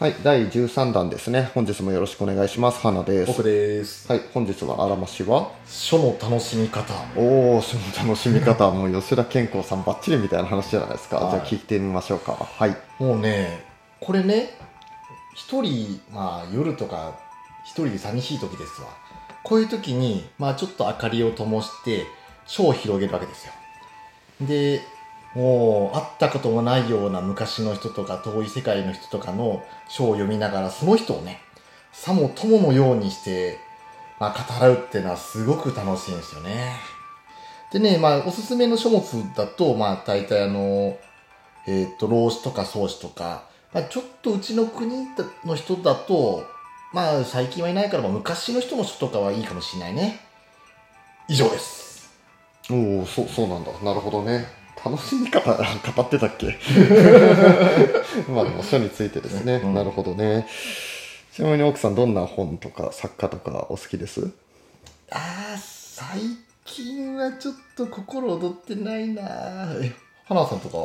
はい、第13弾ですね。本日もよろしくお願いします。花です。 僕です。 はい、本日のあらましは書の楽しみ方。 おー、その楽しみ方、もう吉田健康さんバッチリみたいな話じゃないですか。 はいじゃあ聞いてみましょうか。はい。 もうね、これね、一人、夜とか、一人で寂しい時ですわ。こういう時に、ちょっと明かりを灯して、書を広げるわけですよ。で、もう、会ったこともないような昔の人とか、遠い世界の人とかの書を読みながら、その人をね、さも友のようにして、語らうっていうのはすごく楽しいんですよね。でね、おすすめの書物だと、大体老子とか宋子とか、ちょっとうちの国の人だと、最近はいないから、昔の人の書とかはいいかもしれないね。以上です。 おー、そうなんだ。なるほどね。楽しみ方語ってたっけまあでも書についてですね。なるほどね。ちなみに奥さんどんな本とか作家とかお好きです？ 最近はちょっと心躍ってないな。花さんとか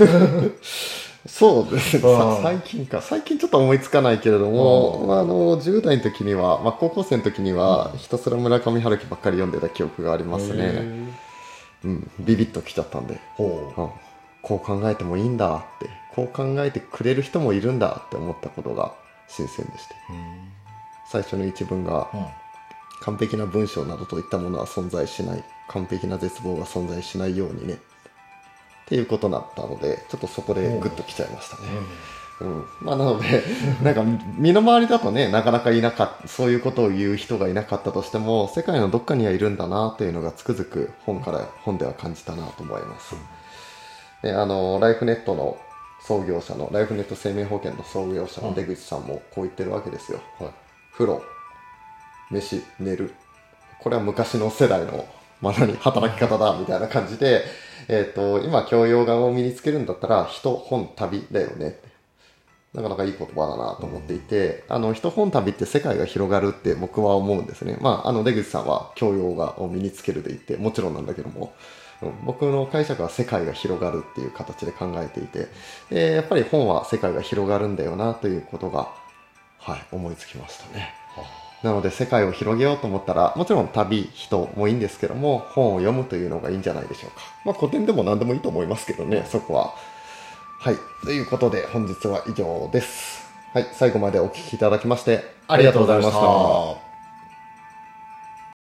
そうですね。最近ちょっと思いつかないけれども、10代の時には、高校生の時には、ひたすら村上春樹ばっかり読んでた記憶がありますね。ビビッときちゃったんで、こう考えてもいいんだって、こう考えてくれる人もいるんだって思ったことが新鮮でして、最初の一文が、完璧な文章などといったものは存在しない、完璧な絶望が存在しないようにねっていうことだったので、ちょっとそこでグッときちゃいましたね。なのでなんか身の回りだとね、なかなかそういうことを言う人がいなかったとしても、世界のどっかにはいるんだなというのがつくづく本では感じたなと思います。で、ライフネットの創業者のライフネット生命保険の創業者の出口さんもこう言ってるわけですよ。風呂、飯、寝る、これは昔の世代の働き方だみたいな感じで、今教養がを身につけるんだったら人、本、旅だよね。なかなかいい言葉だなと思っていて、人、本、旅って世界が広がるって僕は思うんですね。出口さんは教養がを身につけるで言ってもちろんなんだけども、僕の解釈は世界が広がるっていう形で考えていて、やっぱり本は世界が広がるんだよなということが、思いつきましたね。なので世界を広げようと思ったら、もちろん旅、人もいいんですけども、本を読むというのがいいんじゃないでしょうか。古典でも何でもいいと思いますけどね、そこは。はい。ということで本日は以上です。はい。最後までお聞きいただきましてありがとうございました。